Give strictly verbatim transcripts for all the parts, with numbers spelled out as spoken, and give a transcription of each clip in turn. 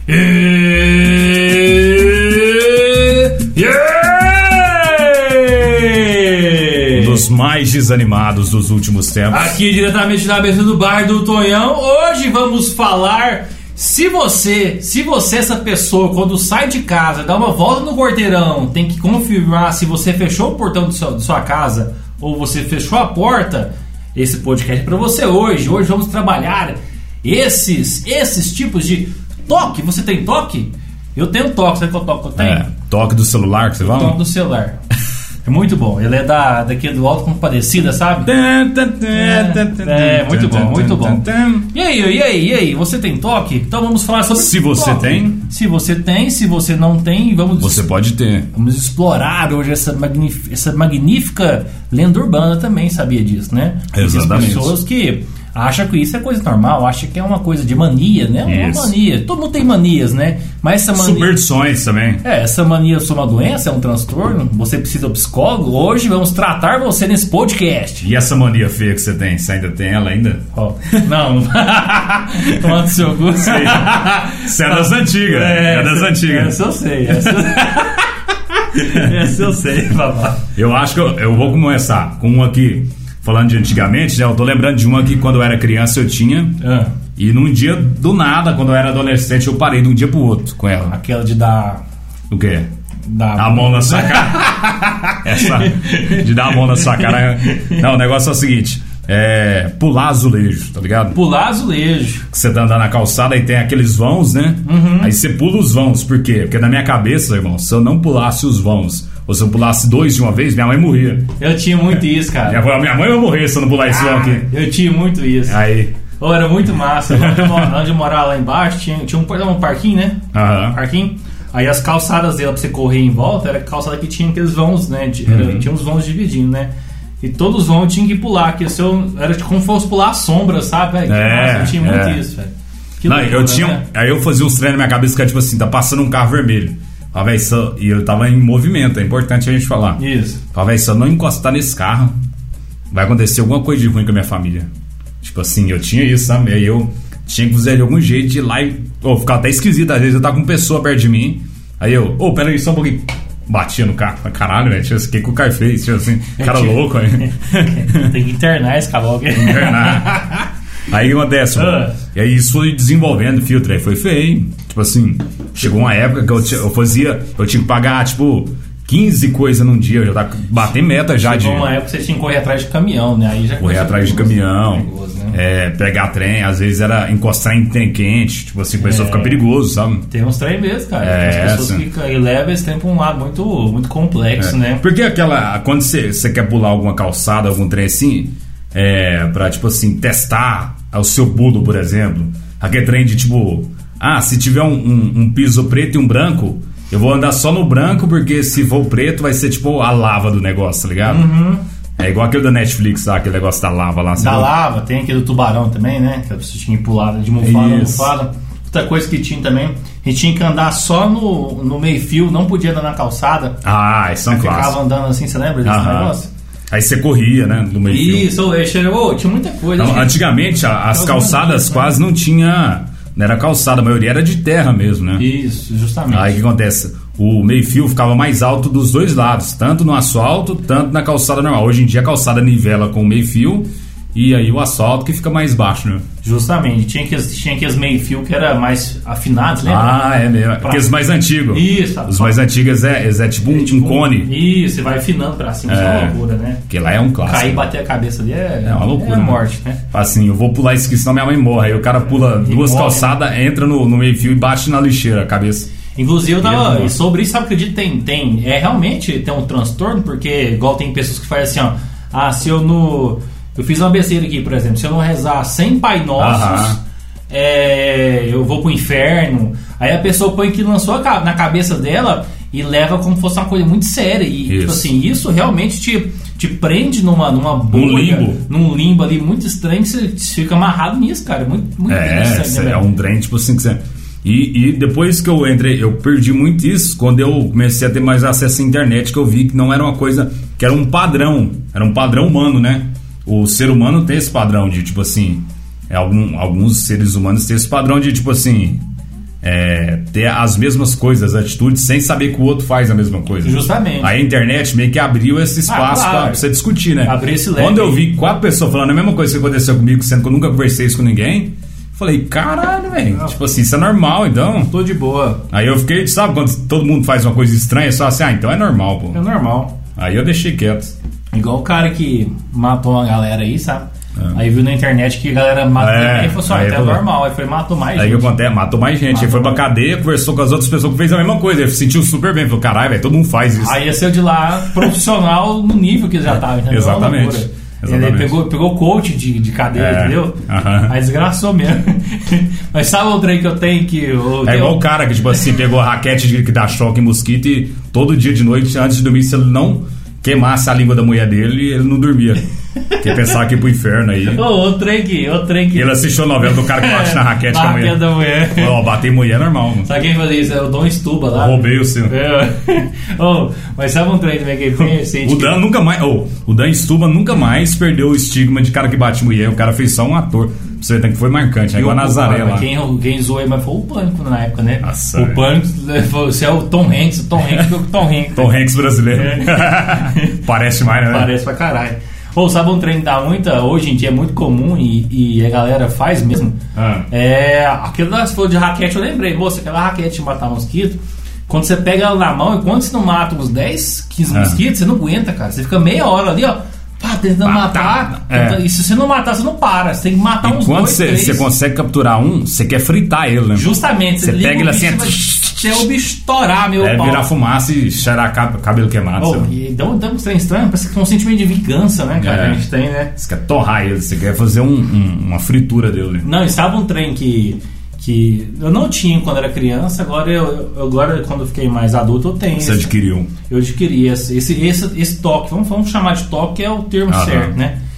Um dos mais desanimados dos últimos tempos. Aqui diretamente da mesa do bar do Tonhão. Hoje vamos falar... Se você, se você essa pessoa, quando sai de casa, dá uma volta no quarteirão, tem que confirmar se você fechou o portão de sua, de sua casa ou você fechou a porta, esse podcast é pra você hoje. Hoje vamos trabalhar esses, esses tipos de toque. Você tem toque? Eu tenho toque. Sabe qual toque que eu tenho? É, toque do celular que você vai? Toque do celular. É muito bom. Ele é da, daqui do Alto Compadecida, sabe? É, é, muito bom, muito bom. E aí, e aí, e aí? Você tem toque? Então vamos falar sobre Se você toque. tem. Se você tem, se você não tem, vamos... Você pode ter. Vamos explorar hoje essa, magnif- essa magnífica lenda urbana também, sabia disso, né? Exatamente. As pessoas que acham que isso é coisa normal, acham que é uma coisa de mania, né? Uma Isso. mania. Todo mundo tem manias, né? Mas essa mania... Superstições também. É, essa mania é uma doença, é um transtorno. Você precisa de um psicólogo. Hoje vamos tratar você nesse podcast. E essa mania feia que você tem? Você ainda tem ela ainda? Oh, não, tomando do seu cu. Você é das antigas. É, é das essa, antigas. Essa eu sei. Essa, essa eu sei, babá. Eu acho que eu, eu vou começar com uma aqui. Falando de antigamente, né? Eu tô lembrando de uma que quando eu era criança eu tinha. Ah. E num dia, do nada, quando eu era adolescente, eu parei de um dia pro outro com ela. Aquela de dar... O quê? dar A mão na sua cara. Essa de dar a mão na sua cara. Não, o negócio é o seguinte: é pular azulejo, tá ligado? Pular azulejo. Que você tá andando na calçada e tem aqueles vãos, né? Uhum. Aí você pula os vãos. Por quê? Porque na minha cabeça, irmão, se eu não pulasse os vãos, ou se eu pulasse dois de uma vez, minha mãe morria. Eu tinha muito isso, cara. Minha, minha mãe vai morrer se eu não pular esse vão Ah, aqui. eu tinha muito isso. Aí. Oh, era muito massa. Onde eu, mora- onde eu morava lá embaixo, tinha, tinha um, um parquinho, né? Aham. Um parquinho. Aí as calçadas dela pra você correr em volta, era calçada que tinha aqueles vãos, né? De- era- Uhum. Tinha uns vãos dividindo, né? E todos os vãos tinham que pular, que se eu, era como se fosse pular a sombra, sabe, velho? É, Nossa, eu tinha muito é. isso, velho. Que Não, loucura, eu tinha. né? Aí eu fazia uns treinos na minha cabeça que era tipo assim: tá passando um carro vermelho. Ah, véio, só- e eu tava em movimento, é importante a gente falar. Isso. Ah, véio, se eu não encostar nesse carro, vai acontecer alguma coisa de ruim com a minha família. Tipo assim, eu tinha isso, sabe? Aí eu tinha que fazer de algum jeito de ir lá e. Ô, ficava até esquisito, às vezes eu tava com uma pessoa perto de mim. Aí eu, ô, pera aí, só um pouquinho. Batia no carro. Caralho, velho, o que, que o cara fez? Tipo assim, cara louco aí. Tem que internar esse cavalo aqui. Internar. Aí o que acontece, mano? Ah. E aí isso foi desenvolvendo, filtro, aí foi feio. Tipo assim, chegou uma época que eu, t- eu fazia, eu tinha que pagar, tipo, quinze coisas num dia, eu já tava batendo meta já Chegou de uma época que você tinha que correr atrás de caminhão, né? Aí já correr começou atrás de perigoso, caminhão, perigoso, né? é, pegar trem, às vezes era encostar em trem quente, tipo assim, começou a ficar perigoso, sabe? Tem uns trem mesmo, cara. É, As pessoas sim. ficam e levam esse trem pra um lado muito, muito complexo, É. né? Porque aquela. Quando você, você quer pular alguma calçada, algum trem assim, é, pra, tipo assim, testar o seu pulo, por exemplo. Aquele trem de tipo, ah, se tiver um, um, um piso preto e um branco, eu vou andar só no branco, porque se for preto vai ser tipo a lava do negócio, tá ligado? Uhum. É igual aquele da Netflix lá, aquele negócio da lava lá. Da viu? lava, tem aquele do tubarão também, né? Que a pessoa tinha que pular de mofada a Isso. mofada. Outra coisa que tinha também, a gente tinha que andar só no, no meio fio, não podia andar na calçada. Ah, isso é um Aí ficava clássico. andando assim, você lembra desse Aham. negócio? Aí você corria, né? No meio fio. Isso, eu cheguei, oh, tinha muita coisa. Não, Tinha- antigamente a- as Aquelas calçadas manias, né? quase não tinha. Não era calçada, a maioria era de terra mesmo, né? Isso, justamente. Aí o que acontece? O meio-fio ficava mais alto dos dois lados, tanto no asfalto, tanto na calçada normal. Hoje em dia a calçada nivela com o meio-fio e aí o asfalto que fica mais baixo, né? Justamente. Tinha aqueles, tinha aqueles meio-fio que era mais afinados, lembra? Ah, é mesmo. Pra- Aqueles mais antigos. Isso. Os mais antigos é, é, é tipo um, um cone. Isso, você vai afinando pra cima, isso é É. uma loucura, né? Que lá é um clássico. Cair e bater a cabeça ali é, É uma loucura, é né? morte, né? Assim, eu vou pular isso aqui, senão minha mãe morre. Aí o cara pula E duas morre, calçadas, entra no, no meio-fio e bate na lixeira a cabeça. Inclusive, eu tava. Mesmo. E sobre isso, sabe, acredito, tem, tem. É realmente tem um transtorno, porque igual tem pessoas que fazem assim, ó. Ah, se eu não. Eu fiz uma besteira aqui, por exemplo, se eu não rezar cem Pai Nossos, Aham. é, eu vou pro inferno. Aí a pessoa põe que lançou a ca- na cabeça dela e leva como se fosse uma coisa muito séria. E, Isso. tipo assim, isso realmente te, te prende numa, numa bolha, limbo. num limbo ali muito estranho, que você, você fica amarrado nisso, cara. Muito, muito É, interessante, né, é velho? um trem, tipo assim, que você... E, e depois que eu entrei, eu perdi muito isso quando eu comecei a ter mais acesso à internet, que eu vi que não era uma coisa, que era um padrão, era um padrão humano, né? O ser humano tem esse padrão de, tipo assim, é, algum, alguns seres humanos têm esse padrão de, tipo assim, é, ter as mesmas coisas, as atitudes, sem saber que o outro faz a mesma coisa. Justamente. Aí a internet meio que abriu esse espaço ah, claro. pra você discutir, né? Abriu esse leque. Quando eu vi quatro pessoas falando a mesma coisa que aconteceu comigo, sendo que eu nunca conversei isso com ninguém, falei, caralho, velho. Tipo assim, isso é normal, então. Tô de boa. Aí eu fiquei, sabe, quando todo mundo faz uma coisa estranha, só assim, ah, então é normal, pô. É normal. Aí eu deixei quieto. Igual o cara que matou uma galera aí, sabe? É. Aí viu na internet que a galera matou é, também e falou assim, ó, então é normal. Aí foi, matou mais aí gente. Aí que acontece, matou mais gente. Matou aí foi pra cadeia, conversou com as outras pessoas que fez a mesma coisa. Ele se sentiu super bem. Falou, caralho, velho, todo mundo faz isso. Aí ia ser de lá profissional no nível que ele já tava, entendeu? Exatamente. Exatamente. Ele pegou, pegou coach de, de cadeia, é, entendeu? Uh-huh. Aí desgraçou mesmo. Mas sabe o trem que eu tenho que... Eu, é igual o cara que, tipo assim, pegou a raquete de, que dá choque em mosquito e todo dia de noite, antes de dormir, se ele não queimasse a língua da mulher dele, ele não dormia. Porque pensava que ia pro inferno aí. Ô, oh, outro trem que, outro trem que... Ele assistiu a novela do cara que bate na raquete com a mulher. da mulher. Ó, oh, bater em mulher é normal, mano. Sabe quem fazia isso? É o Dom Estuba lá. Eu roubei o seu. É. Oh, mas sabe um trem também que ele tem? Assim, o Dan que... nunca mais... Oh, o Dan Estuba nunca mais perdeu o estigma de cara que bate mulher. O cara fez só um ator. Você vê que foi marcante. Aí igual a Nazaré lá. Quem, quem zoou ele, mas foi o Pânico na época, né? Nossa, o Pânico, você é o Tom Hanks. O Tom Hanks foi o Tom Hanks. Tom Hanks brasileiro. É. Parece mais, né? Parece pra caralho. Ou sabe um trem que dá muita, hoje em dia é muito comum e, e a galera faz mesmo? Ah. É aquilo das folhas de raquete, eu lembrei, moça, aquela raquete de matar mosquito, quando você pega ela na mão e quando você não mata uns dez, quinze ah. mosquitos, você não aguenta, cara. Você fica meia hora ali, ó, pá, tentando matar. É. E se você não matar, você não para. Você tem que matar e uns quando dois, cê, três. Quando você consegue capturar um, você quer fritar ele, né? Justamente. Você pega ele assim... Até o bicho estourar, meu é, pau. Virar fumaça e cheirar cabelo queimado. Oh, e dá um, dá um trem estranho, parece que é um sentimento de vingança, né, cara? É. Que a gente tem, né? Você quer torrar ele, você quer fazer um, um, uma fritura dele. Não, e sabe um trem que, que eu não tinha quando era criança, agora, eu, eu, agora quando eu fiquei mais adulto, eu tenho. Você esse, adquiriu? Eu adquiri esse, esse, esse, esse toque, vamos, vamos chamar de toque, que é o termo ah, certo, tá. né?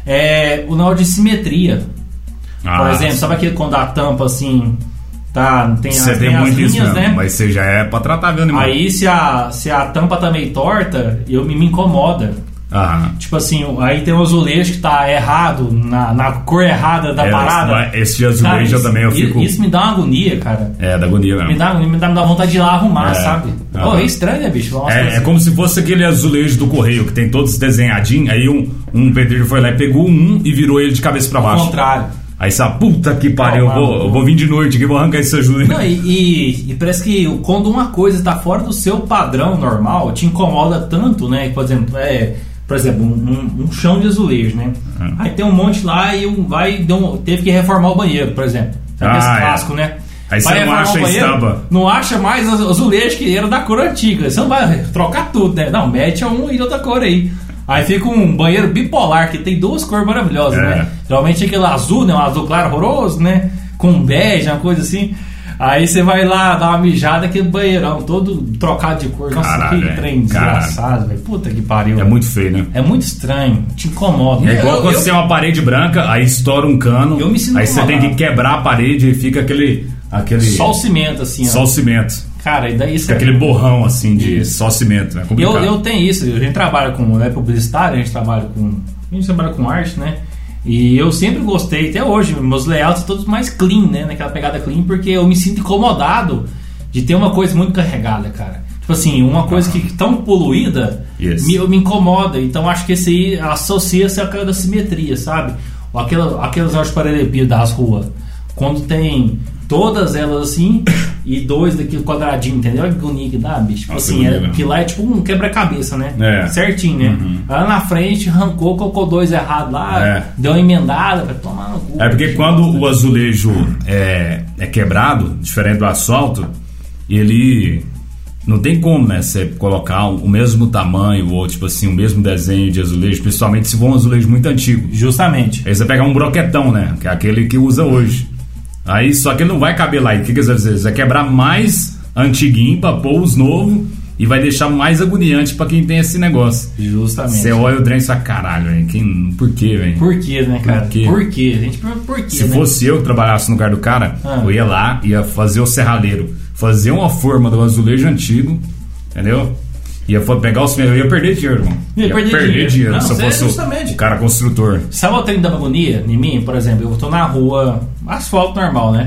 É o nó de simetria. Ah, por exemplo, sabe aquele quando a tampa assim... Tá, tem você as, tem tem muito as linhas, isso mesmo, né? Mas você já é pra tratar de animal. Aí se a, se a tampa tá meio torta, eu me, me incomoda. Aham. Tipo assim, aí tem o azulejo que tá errado, na, na cor errada da é, parada. Esse de azulejo cara, eu isso, também eu fico... Isso me dá uma agonia, cara. É, da agonia mesmo. Me dá, me dá, me dá vontade de ir lá arrumar, é. sabe? Pô, é estranho, né, bicho? É, assim. É como se fosse aquele azulejo do correio, que tem todos desenhadinhos, aí um, um pedreiro foi lá e pegou um e virou ele de cabeça pra baixo. Ao contrário. Aí essa puta que pariu, eu vou, eu vou vir de noite aqui, vou arrancar esse ajuda. Não, e, e, e parece que quando uma coisa tá fora do seu padrão normal, te incomoda tanto, né? Por exemplo, é, por exemplo um, um chão de azulejo, né? Hum. Aí tem um monte lá e um, vai, deu, teve que reformar o banheiro, por exemplo. Sabe ah, esse clássico, é. né? Aí vai você não acha a estampa. Não acha mais azulejo que era da cor antiga. Você não vai trocar tudo, né? Não, mete um e outra cor aí. Aí fica um banheiro bipolar, que tem duas cores maravilhosas, é. né? Geralmente aquele azul, né? Um azul claro horroroso, né? Com bege, uma coisa assim. Aí você vai lá dar uma mijada, aquele banheirão todo trocado de cor. Nossa, caralho, que trem desgraçado, velho. Puta que pariu. É véio. muito feio, né? É muito estranho. Te incomoda. É igual eu, quando eu, você tem uma parede branca, aí estoura um cano. Eu me sinto aí você tem que quebrar a parede e fica aquele... aquele só o cimento, assim. Só ó. o cimento. Cara, e daí Fica é... aquele borrão, assim, de isso. Só cimento. É complicado. Eu, eu tenho isso. A gente trabalha com... É publicitário, a gente trabalha com... A gente trabalha com arte, né? E eu sempre gostei, até hoje, meus layouts são todos mais clean, né? Naquela pegada clean, porque eu me sinto incomodado de ter uma coisa muito carregada, cara. Tipo assim, uma coisa que tão poluída yes. me, me incomoda. Então acho que esse aí associa-se àquela da simetria, sabe? Ou aquela, aquelas artes paralelepípedas das ruas. Quando tem todas elas assim e dois daquele quadradinho, entendeu? Olha que agonia que dá, bicho. Tipo Nossa, assim, é, que lá é tipo um quebra-cabeça, né? É. Certinho, né? Uhum. Lá na frente arrancou, colocou dois errados lá, é. deu uma emendada pra tomar no cu. É porque quando o azulejo é, é quebrado, diferente do asfalto, ele não tem como, né? Você colocar o mesmo tamanho ou tipo assim, o mesmo desenho de azulejo, principalmente se for um azulejo muito antigo. Justamente. Aí você pegar um broquetão, né? Que é aquele que usa hoje. Aí só que ele não vai caber lá. E o que, que eles vão fazer? Eles vão quebrar mais antiguinho pra pôr os novos e vai deixar mais agoniante pra quem tem esse negócio. Justamente. Você olha o trem e fala, caralho, velho. Quem... Por quê, velho? Por quê, né, cara? Por quê? Por quê? A gente pergunta por quê. Se né? fosse eu que trabalhasse no lugar do cara, ah. eu ia lá, ia fazer o serralheiro, fazer uma forma do azulejo antigo, entendeu? Ia pegar os eu ia perder dinheiro, irmão. Ia, ia perder, perder dinheiro, dinheiro não, se eu fosse justamente. o cara construtor. Sabe o trem da agonia em mim, por exemplo? Eu tô na rua, asfalto normal, né?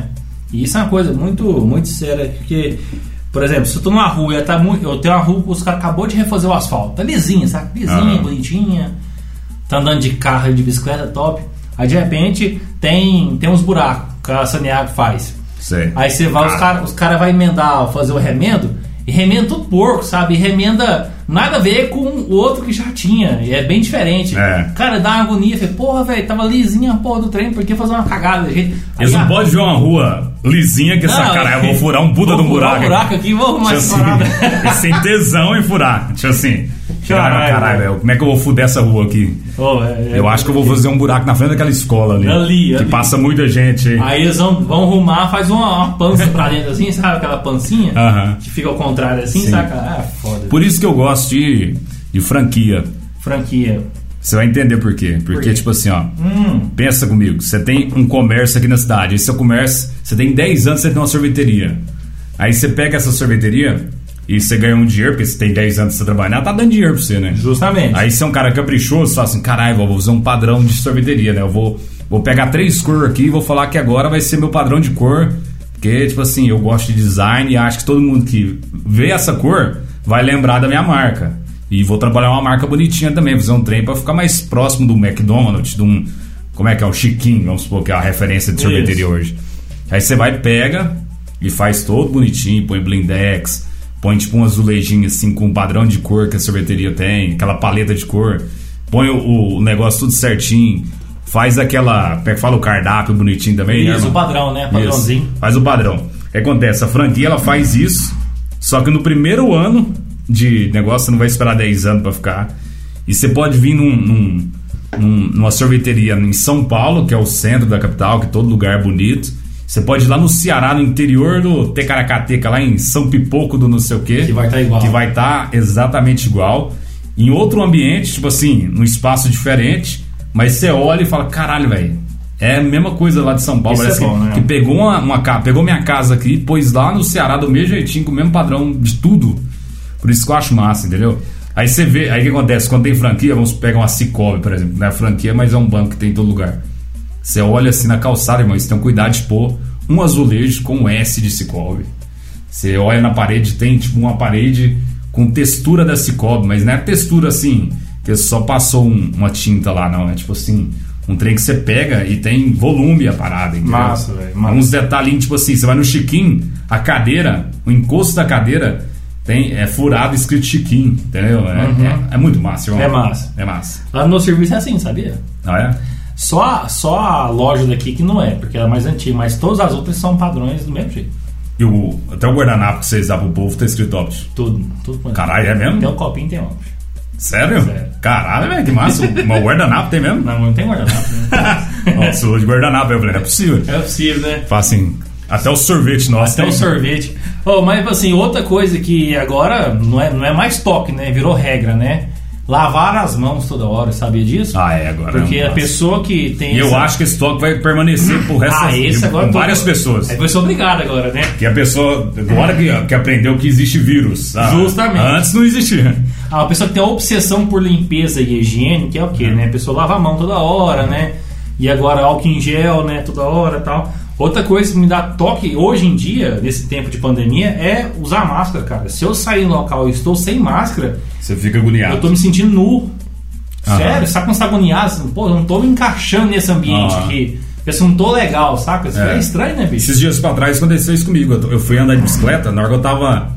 E isso é uma coisa muito, muito séria, porque, por exemplo, se eu tô numa rua, eu, tá muito, eu tenho uma rua que os caras acabou de refazer o asfalto, tá lisinha, sabe? Lisinha, uhum. bonitinha, tá andando de carro, de bicicleta, top. Aí de repente tem, tem uns buracos que a Saneago faz. Sei. Aí você vai, ah. os caras os cara vai emendar, fazer o remendo, e remenda tudo porco, sabe? E remenda nada a ver com o outro que já tinha. E é bem diferente. É. Cara, dá uma agonia. Falei, porra, velho, tava lisinha a porra do trem, por que fazer uma cagada? Gente... Eles não podem ver uma rua lisinha que essa cara, eu vou furar um puta de um buraco. Vou furar um buraco aqui, vou arrumar essa assim, parada. Eles sem tesão em furar. Tipo assim, caralho, caralho, velho, como é que eu vou fuder essa rua aqui? Oh, é, é, eu é, acho que eu vou fazer um buraco na frente daquela escola ali. ali que ali. Passa muita gente aí. Aí eles vão, vão arrumar, faz uma, uma pança pra dentro assim, sabe? Aquela pancinha uh-huh. que fica ao contrário assim, Sim. saca? Ah, foda. Por isso que eu gosto de, de franquia. Franquia. Você vai entender por quê. Porque, por quê? tipo assim, ó. Hum. Pensa comigo. Você tem um comércio aqui na cidade. Esse seu comércio, você tem dez anos, você tem uma sorveteria. Aí você pega essa sorveteria e você ganha um dinheiro, porque você tem dez anos de você trabalhar, tá dando dinheiro pra você, né? Justamente. Aí você é um cara caprichoso, você fala assim, caralho, vou usar um padrão de sorveteria, né? Eu vou, vou pegar três cores aqui e vou falar que agora vai ser meu padrão de cor. Porque, tipo assim, eu gosto de design e acho que todo mundo que vê essa cor vai lembrar da minha marca. E vou trabalhar uma marca bonitinha também, fazer um trem pra ficar mais próximo do McDonald's, de um... Como é que é? O Chiquinho, vamos supor que é a referência de sorveteria Isso. hoje. Aí você vai, pega e faz todo bonitinho, põe blindex, põe tipo um azulejinho assim com o padrão de cor que a sorveteria tem, aquela paleta de cor, põe o, o negócio tudo certinho, faz aquela... Como é que fala? O cardápio bonitinho também. Isso, né, o padrão, né? Padrãozinho. Isso, faz o padrão. O que acontece? A franquia, ela faz isso, só que no primeiro ano de negócio, você não vai esperar dez anos pra ficar. E você pode vir num, num, num, numa sorveteria em São Paulo, que é o centro da capital, que todo lugar é bonito. Você pode ir lá no Ceará, no interior do Tecaracateca, lá em São Pipoco do não sei o quê. Que vai estar igual. Que vai estar exatamente igual. Em outro ambiente, tipo assim, num espaço diferente. Mas você olha e fala, caralho, velho, é a mesma coisa lá de São Paulo. Isso Parece é bom, que, né? que pegou, uma, uma, pegou minha casa aqui, pôs lá no Ceará do mesmo jeitinho, com o mesmo padrão de tudo. Por isso que eu acho massa, entendeu? Aí você vê, aí o que acontece? Quando tem franquia, vamos pegar uma Cicobi, por exemplo. Não é franquia, mas é um banco que tem em todo lugar. Você olha assim na calçada, irmão, você tem cuidado de pôr um azulejo com um S de Cicobi. Você olha na parede, tem tipo uma parede com textura da Cicobi, mas não é textura assim, que só passou um, uma tinta lá, não. É tipo assim, um trem que você pega e tem volume a parada, entendeu? Massa, velho. Uns detalhinhos, tipo assim, você vai no Chiquinho, a cadeira, o encosto da cadeira tem, é furado escrito Chiquinho, entendeu? É, uhum. é, é muito massa, irmão. É massa. É massa. Lá no meu serviço é assim, sabia? Ah, é? Só, só a loja daqui que não é, porque ela é mais antiga, mas todas as outras são padrões do mesmo jeito. E o, até o guardanapo que vocês dão pro povo tá escrito Opti? Tudo, tudo. Caralho, é mesmo? Tem um copinho, tem Opti. Sério? Sério? Caralho, velho, que massa. Mas o guardanapo tem mesmo? Não, não tem guardanapo, né? Nossa, o de guardanapo, eu falei, não é possível. É possível, né? Fala assim, até o sorvete nosso. Até tem. o sorvete. Oh, mas assim, outra coisa que agora não é, não é mais toque, né? Virou regra, né? Lavar as mãos toda hora, sabia disso? Ah, é, agora. Porque a pessoa que tem. E essa... eu acho que esse toque vai permanecer por resto ah, esse agora com tô... várias pessoas. Aí vai ser obrigado agora, né? Que a pessoa, agora que, que aprendeu que existe vírus. Ah, Justamente. Antes não existia. Ah, uma pessoa que tem a obsessão por limpeza e higiene, que é o quê, hum. né? A pessoa lava a mão toda hora, né? E agora álcool em gel, né? Toda hora e tal. Outra coisa que me dá toque hoje em dia, nesse tempo de pandemia, é usar máscara, cara. Se eu sair no local e estou sem máscara, você fica agoniado. Eu tô me sentindo nu. Sério, sabe quando você tá agoniado? Assim, pô, eu não tô me encaixando nesse ambiente ah. aqui. Eu não tô legal, saca? Isso é. é estranho, né, bicho? Esses dias pra trás aconteceu isso comigo. Eu fui andar de bicicleta, na hora que eu tava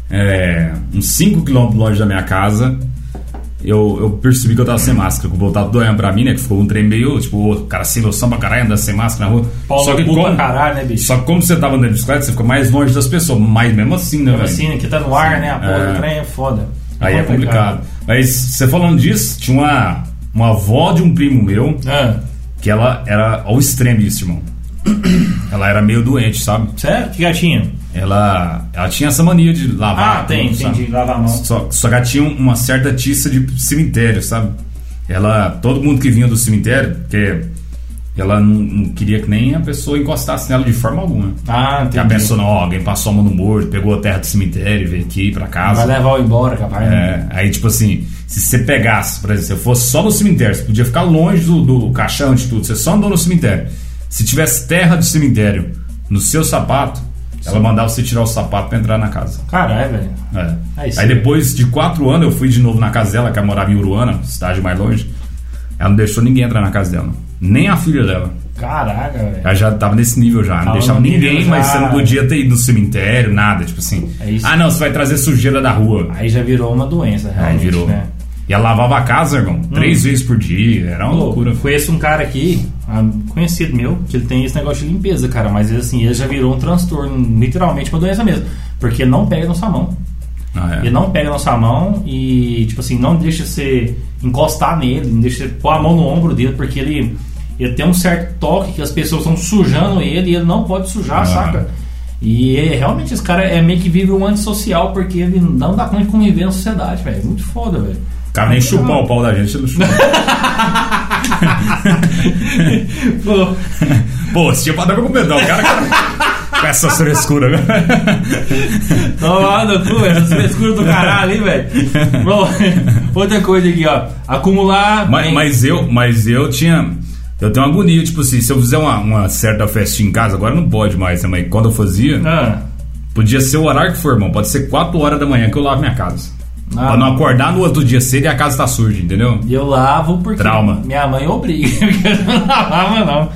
é, uns cinco quilômetros longe da minha casa, eu, eu percebi que eu tava sem máscara. Que o tava doendo pra mim, né? Que ficou um trem meio, tipo, o cara sem noção pra caralho, andando sem máscara na rua. Paulo só que como, pra caralho, né, bicho? Só que como você tava andando de bicicleta, você ficou mais longe das pessoas. Mas mesmo assim, né, mesmo assim, né? Que tá no ar, Sim. né? A porra é. do trem é foda. Aí é complicado. Mas você falando disso, tinha uma, uma avó de um primo meu ah. que ela era ao extremo isso, irmão. Ela era meio doente, sabe? Sério? Que gatinha? Ela, ela tinha essa mania de lavar. Ah, tem, tudo, entendi, lavar a mão. Só, só que ela tinha uma certa tiça de cemitério, sabe? Ela, todo mundo que vinha do cemitério, porque ela não, não queria que nem a pessoa encostasse nela de forma alguma. Ah, entendi. Ela pensou, não, ó, alguém passou a mão no morto, pegou a terra do cemitério, veio aqui pra casa. Vai levar o embora, capaz. É, né? aí tipo assim, se você pegasse, por exemplo, se eu fosse só no cemitério, você podia ficar longe do, do caixão de tudo, você só andou no cemitério. Se tivesse terra do cemitério no seu sapato, sim, ela mandava você tirar o sapato pra entrar na casa. Caralho, velho. É. Aí, Aí depois de quatro anos eu fui de novo na casa dela, que ela morava em Uruana, cidade mais longe. Ela não deixou ninguém entrar na casa dela. Nem a filha dela. Caraca, velho. Ela já tava nesse nível já. Não Tava deixava ninguém, já... mas você não podia ter ido no cemitério, nada. Tipo assim. É isso. Ah, não, você vai trazer sujeira da rua. Aí já virou uma doença, realmente. Aí virou. Né? E ela lavava a casa, irmão, hum. três vezes por dia. Era uma Pô, loucura. Conheço um cara aqui, um conhecido meu, que ele tem esse negócio de limpeza, cara. Mas assim, ele já virou um transtorno, literalmente uma doença mesmo. Porque ele não pega na sua mão. Ah, é. Ele não pega na sua mão e, tipo assim, não deixa você encostar nele, não deixa você pôr a mão no ombro dele, porque ele, ele tem um certo toque que as pessoas estão sujando ele e ele não pode sujar, ah. saca? E ele, realmente esse cara é meio que vive um antissocial, porque ele não dá conta de conviver na sociedade, velho. É muito foda, velho. O cara nem chupar o pau da gente, ele não chupa. Pô, Pô se tinha pra dar pra comer, não. O cara, cara com essa frescura, velho. Toma no cu, essa frescura do caralho, hein, velho. Bom, outra coisa aqui, ó. Acumular. Mas, mas, eu, mas eu tinha. Eu tenho uma agonia, tipo assim, se eu fizer uma, uma certa festinha em casa, agora não pode mais, né? Mas quando eu fazia, ah. podia ser o horário que for, irmão. Pode ser quatro horas da manhã que eu lavo minha casa. Ah, pra não acordar no outro dia cedo e a casa tá suja, entendeu? Eu lavo porque Trauma. Minha mãe obriga, porque eu não lavava, não.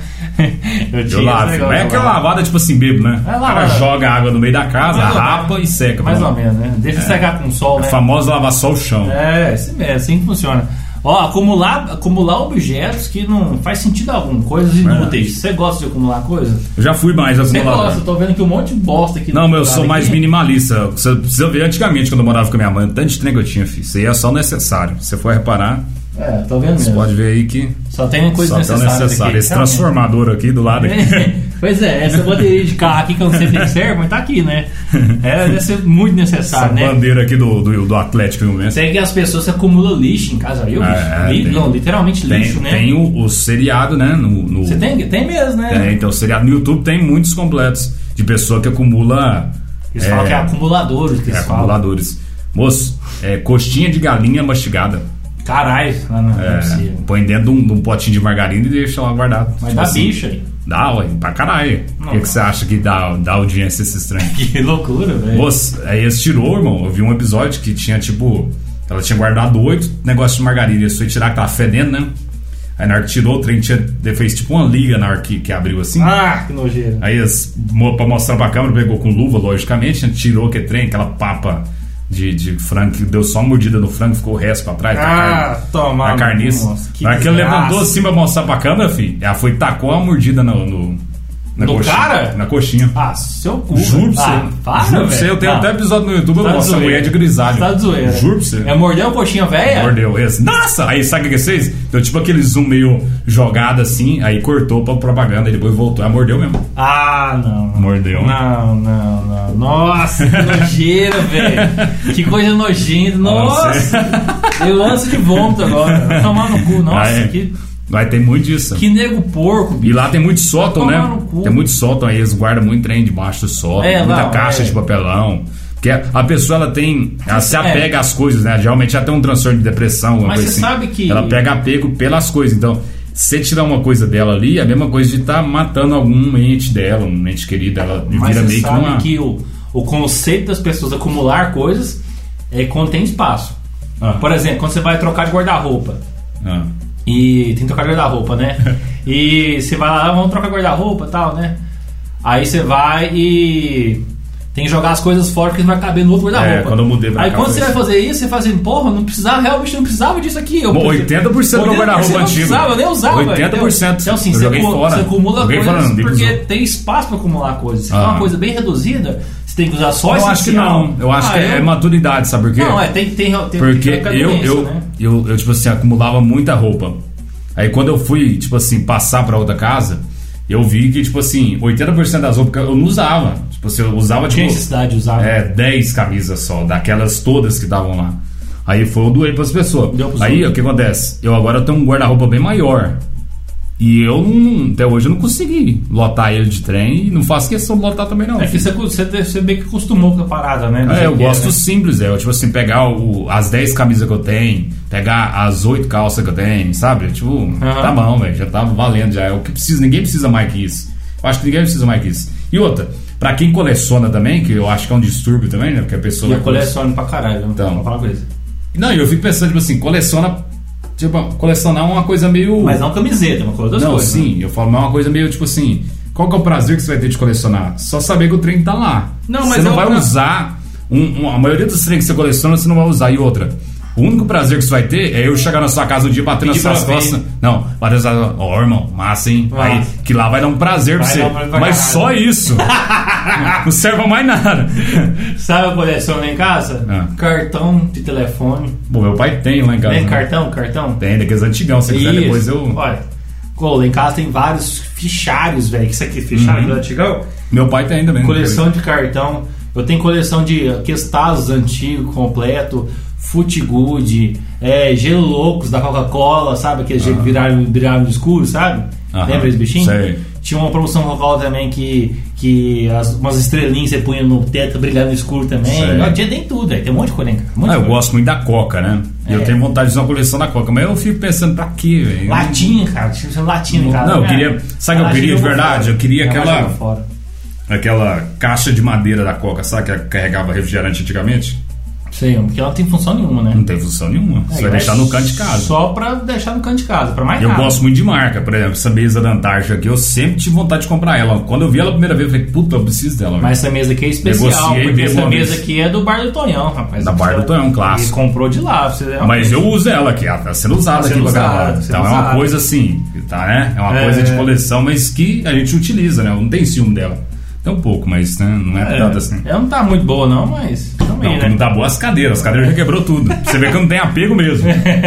Eu, eu lavo. Mas é aquela lavada tipo assim, bebo, né? É, o cara joga água no meio da casa, mais rapa e seca. Mais ou menos, né? Deixa é. secar com o sol, né? A famosa lavar só o chão. É, assim mesmo, assim que funciona. Ó, acumular, acumular objetos que não faz sentido algum, coisas inúteis. Você gosta de acumular coisas? Eu já fui mais acumulador. Você gosta, eu tô vendo aqui um monte de bosta aqui. Não, mas eu sou mais aqui. minimalista. Você precisa ver antigamente, quando eu morava com a minha mãe, tanto de trem que eu tinha, filho. Isso aí é só o necessário. Se você for reparar. É, tô vendo Você mesmo. pode ver aí que só tem coisa necessária. necessário. Esse transformador aqui do lado. Aqui. Pois é, essa bateria de carro aqui que eu não sei se serve, mas tá aqui, né? É, deve ser muito necessário, essa né? Essa bandeira aqui do, do, do Atlético no momento. Sei que as pessoas acumulam lixo em casa, viu? É, Li, tem, não, literalmente tem, lixo, né? Tem o, o seriado, né? No, no... Você tem? Tem mesmo, né? Tem, então o seriado no YouTube tem muitos completos de pessoa que acumula. Eles é, falam que é acumuladores. Que é, eles acumuladores. Falam. Moço, é coxinha de galinha mastigada. Caralho, não, não, é, não é põe dentro de um, de um potinho de margarina e deixa lá guardado. Mas tipo dá assim, bicho aí. Dá, ué, pra caralho. O que, que você acha que dá, dá audiência esse estranho? Que loucura, velho. Moço, aí eles tirou, irmão. Eu vi um episódio que tinha tipo. Ela tinha guardado oito negócios de margarina. Eles foi tirar que tava fedendo, né? Aí na hora que tirou, o trem tinha, fez tipo uma liga na hora que, que abriu assim. Ah, que nojeiro. Aí eles, pra mostrar pra câmera, pegou com luva, logicamente, tirou aquele trem, aquela papa. De, de frango, que deu só uma mordida no frango, ficou o resto pra trás. Ah, toma. A carniça. Na que ele levantou assim pra mostrar pra câmera, filho, ela foi e tacou uma mordida no. no na no coxinha, cara? Na coxinha. Ah, seu cu. Juro pra ah, você. Para, Juro pra você. Eu tenho não. até episódio no YouTube, eu tá mostro a mulher de grisalho. Tá de zoeira. Juro pra você. É mordeu a coxinha velha? Mordeu. Esse. Nossa! Aí sabe o que você fez? Deu tipo aquele zoom meio jogado assim, aí cortou pra propaganda e depois voltou. Aí mordeu mesmo. Ah, não. Mordeu. Não, não, não. Nossa, que nojeira, velho. Que coisa nojenta. Nossa. Eu lanço de vômito agora. Vai tomar no cu. Nossa, ah, é. que... Vai ter muito disso. Que nego porco, bicho. E lá tem muito sótão, né? Tem muito sótão aí, eles guardam muito trem debaixo do sótão, é, muita lá, caixa é. de papelão. Porque a pessoa, ela tem... Ela se apega é. às coisas, né? Geralmente ela tem um transtorno de depressão. Mas você assim. sabe que... Ela pega apego pelas coisas. Então, se você tirar uma coisa dela ali, é a mesma coisa de estar tá matando algum ente dela, um ente querido. Ela Mas vira você meio sabe que uma... que o, o conceito das pessoas acumular coisas é quando tem espaço. Ah. Por exemplo, quando você vai trocar de guarda-roupa. Ah. E tem que trocar guarda-roupa, né? E você vai lá, vamos trocar guarda-roupa e tal, né? Aí você vai e tem que jogar as coisas fora porque não vai caber no outro guarda-roupa. É, quando eu mudei pra Aí cá, quando você vai fazer isso, você faz assim, porra, não precisava, realmente não precisava disso aqui. Eu, Bom, oitenta por cento do meu guarda-roupa antigo. Precisava, eu nem usava. oitenta por cento. Então assim, eu você, joguei fora. você acumula joguei coisas fora, não, porque usou. tem espaço pra acumular coisas. Se ah. for uma coisa bem reduzida, você tem que usar só eu acho que não. Eu acho ah, que é, eu... é maturidade, sabe por quê? Não, é, tem, tem, tem porque tem eu, doença, eu, né? eu, eu, tipo assim, acumulava muita roupa. Aí quando eu fui, tipo assim, passar pra outra casa, eu vi que, tipo assim, oitenta por cento das roupas eu não usava. Tipo assim, eu usava, tipo... Tinha necessidade de usar. É, dez camisas só, daquelas todas que estavam lá. Aí foi, eu doei pras pessoas. Aí, o que acontece? Eu agora tenho um guarda-roupa bem maior. E eu não, até hoje eu não consegui lotar ele de trem e não faço questão de lotar também não. É que você, você, você meio que acostumou com a parada, né? É, eu gosto é, né? simples, é. Eu, tipo assim, pegar o, as dez camisas que eu tenho, pegar as oito calças que eu tenho, sabe? Tipo, uhum. tá bom, velho, já tá valendo já. É o que precisa, ninguém precisa mais que isso. Eu acho que ninguém precisa mais que isso. E outra, pra quem coleciona também, que eu acho que é um distúrbio também, né? Porque a pessoa... E eu coleciono pra caralho, então, não falar coisa. Não, eu fico pensando, tipo assim, coleciona... Tipo, colecionar é uma coisa meio... Mas não camiseta, uma coisa das Não, coisas. sim, né? eu falo, mas é uma coisa meio, tipo assim... Qual que é o prazer que você vai ter de colecionar? Só saber que o trem tá lá. Não, mas você não é vai uma... usar... Um, um, a maioria dos trem que você coleciona, você não vai usar. E outra... O único prazer que você vai ter é eu chegar na sua casa um dia, bater nas suas costas. Não, bater nas suas costas. Ó, irmão, massa, hein? Massa. Aí, que lá vai dar um prazer pra Vai você. dar um prazer pra Mas caralho. só isso. Não serve pra mais nada. Sabe a coleção lá em casa? Ah. Cartão de telefone. Bom, meu pai tem lá em casa. Tem né? cartão? Cartão? Tem, daqueles antigão. Se quiser, Isso. depois eu. Olha, pô, lá em casa tem vários fichários, velho. Que isso aqui, fichário Uhum. do antigão. Meu pai tem também. Coleção de cartão. Eu tenho coleção de aqueles tazos antigos, completo. Fute Good, é, Gelo Loucos da Coca-Cola, sabe? Aqueles Aham. que viraram, viraram no escuro, sabe? Aham. Lembra esse bichinho? Sei. Tinha uma promoção Coca-Cola também que, que as, umas estrelinhas você punha no teto brilhando no escuro também. Sei. Não, tinha tem tudo, aí tem um monte de coisa, cara. Um monte Ah, de eu coisa. gosto muito da Coca, né? E É. eu tenho vontade de fazer uma coleção da Coca, mas eu fico pensando pra quê, velho? Latinha, cara. Tinha que ser latinha em casa. Não, eu né? queria. Sabe o que eu A queria de latinha verdade? fora. Eu queria A aquela. latinha fora. Aquela caixa de madeira da Coca, sabe? Que carregava refrigerante antigamente? Sei, porque ela não tem função nenhuma, né? Não tem função nenhuma. Você É, vai deixar no canto de casa. Só pra deixar no canto de casa, pra mais Eu nada. gosto muito de marca, por exemplo, essa mesa da Antártica aqui, eu sempre tive vontade de comprar ela. Quando eu vi ela a primeira vez, eu falei, puta, eu preciso dela. Mas essa mesa aqui é especial, Negociei porque mesmo essa uma mesa vez. aqui é do Bar do Tonhão, rapaz. Da Bar do Tonhão, clássico. Ele comprou de lá. Você é uma Mas coisa- eu uso ela aqui, ela tá sendo usada Tá aqui sendo pra gravar. usada, sendo Então é uma usada. coisa assim, tá, né? É uma É. coisa de coleção, mas que a gente utiliza, né? Eu não tenho ciúme dela. Tem um pouco, mas né? Não é, É, tanto assim. ela não tá muito boa não, mas também, Não, né? não tá boa as cadeiras, as cadeiras já quebrou tudo. Você vê que eu não tenho apego mesmo.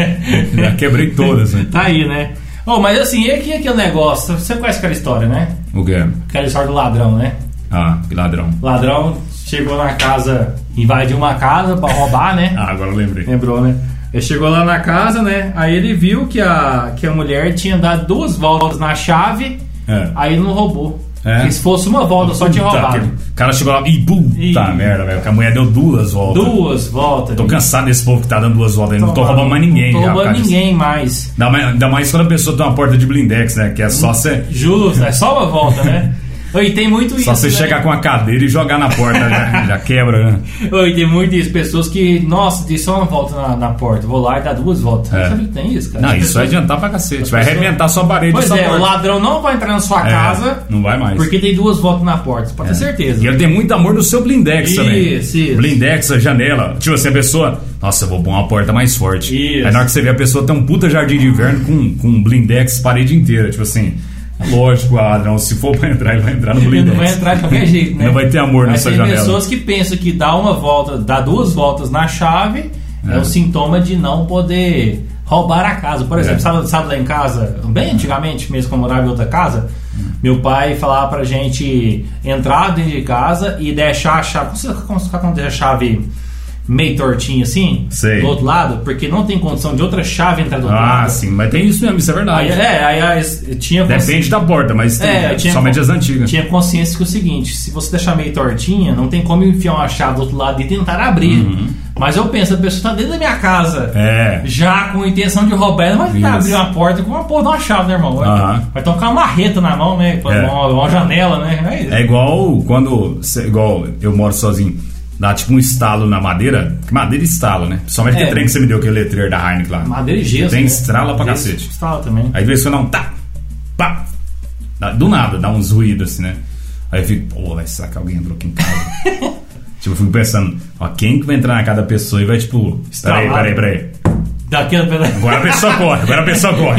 Já quebrei todas, né? Tá aí, né? Oh, mas assim, e aqui aquele negócio, você conhece aquela história, né? O quê? Aquela história do ladrão, né? Ah, que ladrão. Ladrão chegou na casa, invadiu uma casa pra roubar, né? Ah, agora eu lembrei. Lembrou, né? Ele chegou lá na casa, né? Aí ele viu que a, que a mulher tinha dado duas voltas na chave, É. aí não roubou. É? Porque se fosse uma volta, só tinha Puta, roubado. aquele- O cara chegou lá e puta Ih. merda, velho. Que a mulher deu duas voltas. Duas voltas. Tô cansado desse povo que tá dando duas voltas. Eu não tô roubando mais ninguém. Não tô já, por roubando causa disso. ninguém mais. Ainda mais, ainda mais quando a pessoa tem uma porta de blindex, né? Que é só você. Justo, é só uma volta, né? E tem muito isso. Só você né? chegar com a cadeira e jogar na porta, já, já quebra, né? Oi, tem muito isso. Pessoas que, nossa, tem só uma volta na, na porta. Vou lá e dá duas voltas. É. Não sabe que tem isso, cara? Não, As isso vai pessoas- adiantar pra cacete. as Vai pessoas- arrebentar sua parede Pois e sua é, o porta. ladrão não vai entrar na sua É, casa não vai mais. porque tem duas voltas na porta. Você pode ter certeza. E ele tem muito amor no seu blindex Isso, também. isso. Blindex, a janela. Tipo assim, a pessoa. Nossa, eu vou pôr uma porta mais forte. Isso. Aí na hora que você vê a pessoa tem um puta jardim de inverno com, com blindex parede inteira. Tipo assim. Lógico, ladrão, se for pra entrar, ele vai entrar no Ele blindex. não vai entrar de qualquer jeito, né? Não vai ter amor Mas nessa tem janela. pessoas que pensam que dá uma volta, dá duas voltas na chave é, É. o sintoma de não poder roubar a casa. Por exemplo, É. sabe, sabe lá em casa, bem antigamente, mesmo quando eu morava em outra casa, meu pai falava pra gente entrar dentro de casa e deixar a chave. Como você como você quando deixa a chave meio tortinha assim, Sei. do outro lado, porque não tem condição de outra chave entrar do outro Ah, lado. sim, mas tem isso mesmo, isso é Aí, verdade. é, aí, aí tinha Depende da porta, mas tem, é, eu tinha somente con- as antigas. Tinha consciência que é o seguinte, se você deixar meio tortinha, não tem como enfiar uma chave do outro lado e tentar abrir. Mas eu penso, a pessoa está dentro da minha casa, É. já com intenção de roubar, ela não vai tentar Isso. abrir uma porta com uma porra de uma chave, né, irmão? Vai, Aham. vai tocar uma marreta na mão, né? É. Uma, uma janela, né? É isso. É igual quando. cê- Igual eu moro sozinho. Dá tipo um estalo na madeira. Que madeira estala, né? Somente É. aquele trem que você me deu, aquele letreiro da Heineken lá. Madeira e gesso. Tem né? estrala pra Gesso, cacete. Estrala também. Aí de vez em quando dá um tá, pá. Dá- Do nada, dá uns ruídos assim, né? Aí eu fico, pô, vai será que alguém entrou aqui em casa? Tipo, eu fico pensando, ó, quem que vai entrar na casa da pessoa e vai tipo, peraí, Estralado. peraí, peraí. Daquela pedaço. Agora a pessoa corre, agora a pessoa corre.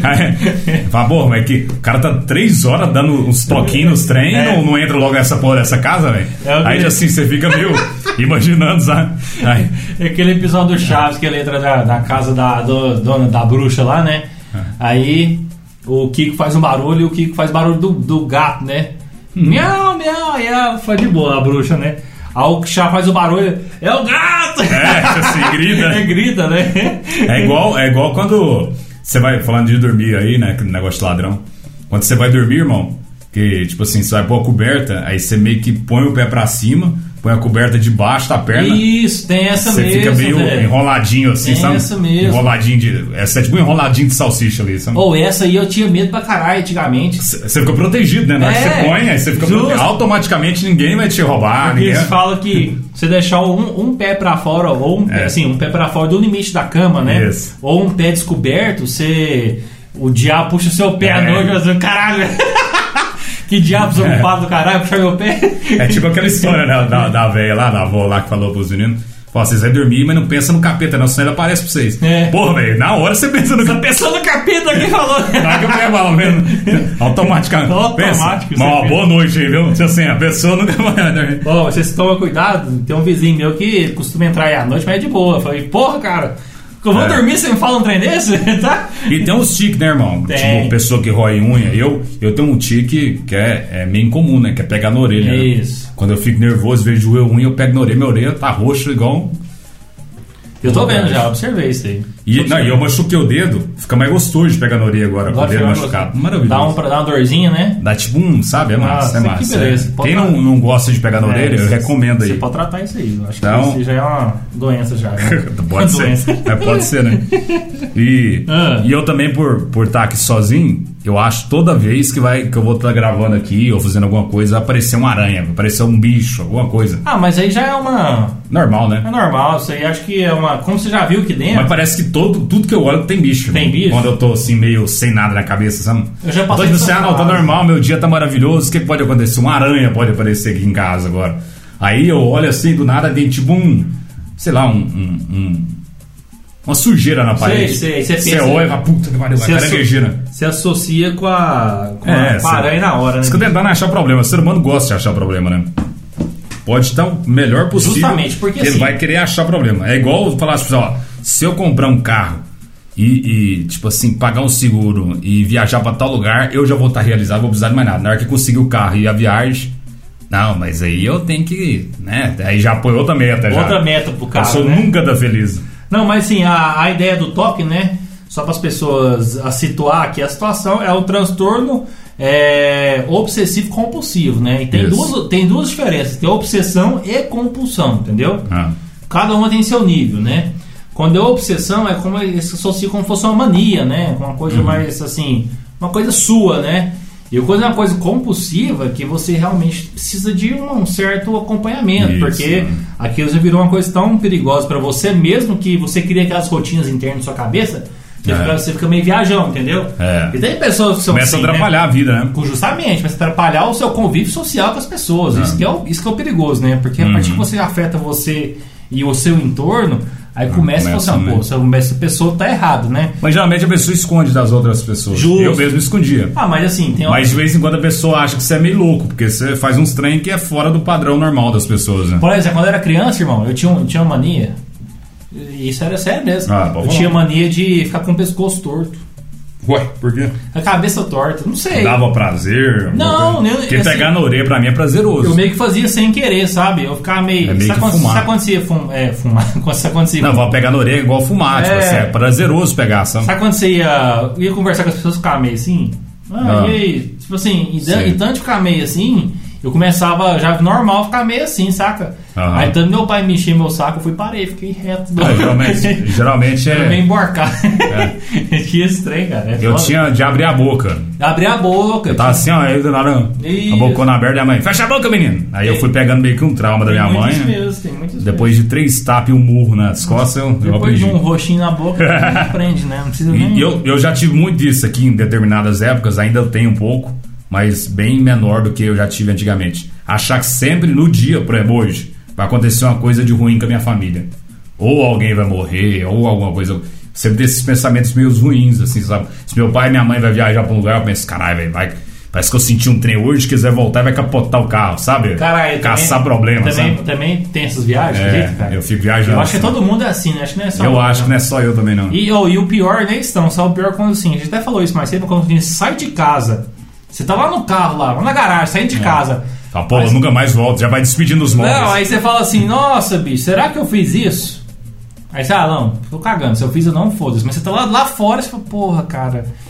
Aí, fala, pô, mas que o cara tá três horas dando uns toquinhos nos trem É. e não, não entra logo nessa porra dessa casa, velho. É o que- Aí assim, você fica meio imaginando, sabe? Aí, Aquele episódio do Chaves que ele entra na, na casa da do- dona da bruxa lá, né? Aí o Kiko faz um barulho e o Kiko faz barulho do, do gato, né? Miau, miau, miau. Foi de boa a bruxa, né? Aí o Chá faz o barulho, é o gato! é, assim, grita. É, grita, né? É igual, é igual quando você vai falando de dormir aí, né? Aquele negócio de ladrão. Quando você vai dormir, irmão, que tipo assim, você vai pôr a coberta, aí você meio que põe o pé pra cima, põe a coberta debaixo da perna. Isso, tem essa Você mesmo. Você fica meio velho. enroladinho assim, tem sabe? Essa mesmo. Enroladinho de. Essa é tipo um enroladinho de salsicha ali, sabe? Ou oh, essa aí eu tinha medo pra caralho antigamente. Você fica protegido, né? Na hora é, que você põe, aí você fica protegido. Automaticamente ninguém vai te roubar. Porque ninguém... eles falam que você deixar um, um pé pra fora, ou um, é. assim, um pé pra fora do limite da cama, né? Isso. Ou um pé descoberto, você. O diabo puxa o seu pé é. à noite, assim, caralho. Que diabo sou ocupado é. do caralho, puxar meu pé. É tipo aquela história, né, da, da velha lá, da avó lá que falou pros meninos. Fala, vocês vão dormir, mas não pensa no capeta, não, senão ele aparece pra vocês. É. Porra, velho, na hora você pensa no capeta. Você pensa no capeta que falou. Na hora que eu pego a mesmo. Automaticamente. Automático. Mas uma boa noite aí, viu? Assim, a pessoa nunca vai dormir. Bom, vocês tomam cuidado. Tem um vizinho meu que costuma entrar aí à noite, mas é de boa. Eu falei, porra, cara. Eu vou é. dormir, você me fala um trem desse? Tá? E tem uns tiques, né, irmão? Tem. Tipo, pessoa que rói unha. Eu, eu tenho um tique que é, é meio incomum, né? Que é pegar na orelha. Isso. Né? Quando eu fico nervoso, vejo eu unha, eu pego na orelha. Minha orelha tá roxa igual... Eu tô vendo já, observei isso aí. E, não, e eu machuquei o dedo, fica mais gostoso de pegar na orelha agora, agora com o dedo machucado. Maravilhoso. Dá, um, pra dar uma dorzinha, né? Dá tipo um, sabe? É massa, ah, é massa. Que beleza. É. Quem não, não gosta de pegar na orelha, é, eu recomendo aí. Você pode tratar isso aí. Eu acho então, que isso já é uma doença já. Né? Pode ser. Doença. É, pode ser, né? E, ah. e eu também, por, por estar aqui sozinho, eu acho toda vez que, vai, que eu vou estar gravando aqui ou fazendo alguma coisa, vai aparecer uma aranha, vai aparecer um bicho, alguma coisa. Ah, mas aí já é uma... Normal, né? É normal, isso aí acho que é uma... Como você já viu aqui dentro... Mas parece que todo, tudo que eu olho tem bicho. Tem bicho? Quando eu tô assim, meio sem nada na cabeça, sabe? Eu já passei eu tô dizendo assim, ah, não, tá normal, meu dia tá maravilhoso, o que pode acontecer? Uma aranha pode aparecer aqui em casa agora. Aí eu olho assim, do nada tem tipo um... Sei lá, um... um, um uma sujeira na parede. Sei, sei. Você olha, puta que pariu, a caranguejeira. Você associa com a, com é, a, com a aranha na hora, né? Você fica tentando achar problema. O ser humano gosta de achar problema, né? Pode estar o melhor possível. Justamente, porque ele assim, vai querer achar problema. É igual falar assim, ó, se eu comprar um carro e, e, tipo assim, pagar um seguro e viajar pra tal lugar, eu já vou estar realizado, vou precisar de mais nada. Na hora que conseguir o carro e a viagem, não, mas aí eu tenho que, né? Aí já põe outra meta já. Outra meta pro carro, a pessoa né? nunca tá feliz. Não, mas assim, a, a ideia do toque, né? Só para as pessoas a situar aqui a situação, é o transtorno é, obsessivo compulsivo, né? E tem duas, tem duas diferenças, tem obsessão e compulsão, entendeu? Ah. Cada uma tem seu nível, né? Quando é obsessão, é como se associa como se fosse uma mania, né? Uma coisa uhum. mais assim, uma coisa sua, né? E quando é uma coisa compulsiva, que você realmente precisa de um certo acompanhamento, isso, porque aquilo já virou uma coisa tão perigosa para você mesmo, que você cria aquelas rotinas internas na sua cabeça, que é. fica, você fica meio viajão, entendeu? É. E tem pessoas que são começa assim, a atrapalhar, né? A vida, né? Justamente, começa a atrapalhar o seu convívio social com as pessoas. Isso que, é o, isso que é o perigoso, né? Porque a uhum. partir que você afeta você e o seu entorno, aí começa, começa a falar, pô, essa pessoa tá errado, né? Mas geralmente a pessoa esconde das outras pessoas. Justo. Eu mesmo escondia. Ah, mas assim, tem uma... Mas de vez em quando a pessoa acha que você é meio louco, porque você faz uns trem que é fora do padrão normal das pessoas, né? Por exemplo, quando eu era criança, irmão, eu tinha, eu tinha uma mania. Isso era sério mesmo. Ah, eu tinha mania de ficar com o pescoço torto. Ué, por quê? A cabeça torta, não sei. Dava prazer? Não, nem porque assim, pegar na orelha pra mim é prazeroso. Eu meio que fazia sem querer, sabe? Eu ficava meio. É meio sabe que fumar. Sabe quando você fum, é, fumar? Quando você acontecia. Não, vou pegar na orelha igual fumar, tipo é, assim, é prazeroso pegar, sabe? Sabe quando você ia, ia conversar com as pessoas e ficava meio assim? Ah, ah. E aí? Tipo assim, e, dan, e tanto de ficar meio assim, eu começava já normal ficar meio assim, saca? Uhum. Aí tanto meu pai me enchia meu saco, eu fui parei, fiquei reto. Ah, geralmente, geralmente é. meio emborcado. É. Que estranho, cara. É eu foda. Tinha de abrir a boca. Abrir a boca. Eu tava assim, ó, aí do nada, a bocona aberta e a mãe, fecha a boca, menino. Aí é. eu fui pegando meio que um trauma tem da minha mãe. Mesmo, tem muitos depois mesmo. De três tapas e um murro nas costas, eu, depois eu aprendi. Depois de um roxinho na boca, não aprende, né? Não precisa nem. E eu, eu já tive muito disso aqui em determinadas épocas, ainda tenho um pouco, mas bem menor do que eu já tive antigamente. Achar que sempre no dia, por exemplo, hoje, vai acontecer uma coisa de ruim com a minha família. Ou alguém vai morrer, ou alguma coisa. Sempre desses pensamentos meio ruins, assim, sabe? Se meu pai e minha mãe vai viajar pra um lugar, eu penso, caralho, velho, vai. Parece que eu senti um trem hoje, quiser voltar, vai capotar o carro, sabe? Caralho, caçar problemas, também, sabe? Também tem essas viagens, é, jeito, cara. Eu fico viajando. Eu acho que todo mundo é assim, né? Acho que não é só eu eu, acho não. que não é só eu também, não. E, oh, e o pior nem estão, só o pior quando assim, a gente até falou isso mais cedo, quando a gente sai de casa, você tá lá no carro, lá, lá na garagem, saindo de é. casa. Ah, pô, mas... nunca mais volto, já vai despedindo os móveis. Não, aí você fala assim, nossa, bicho, será que eu fiz isso? Aí você, ah, não, tô cagando, se eu fiz eu não, foda-se. Mas você tá lá, lá fora, você fala, porra, cara.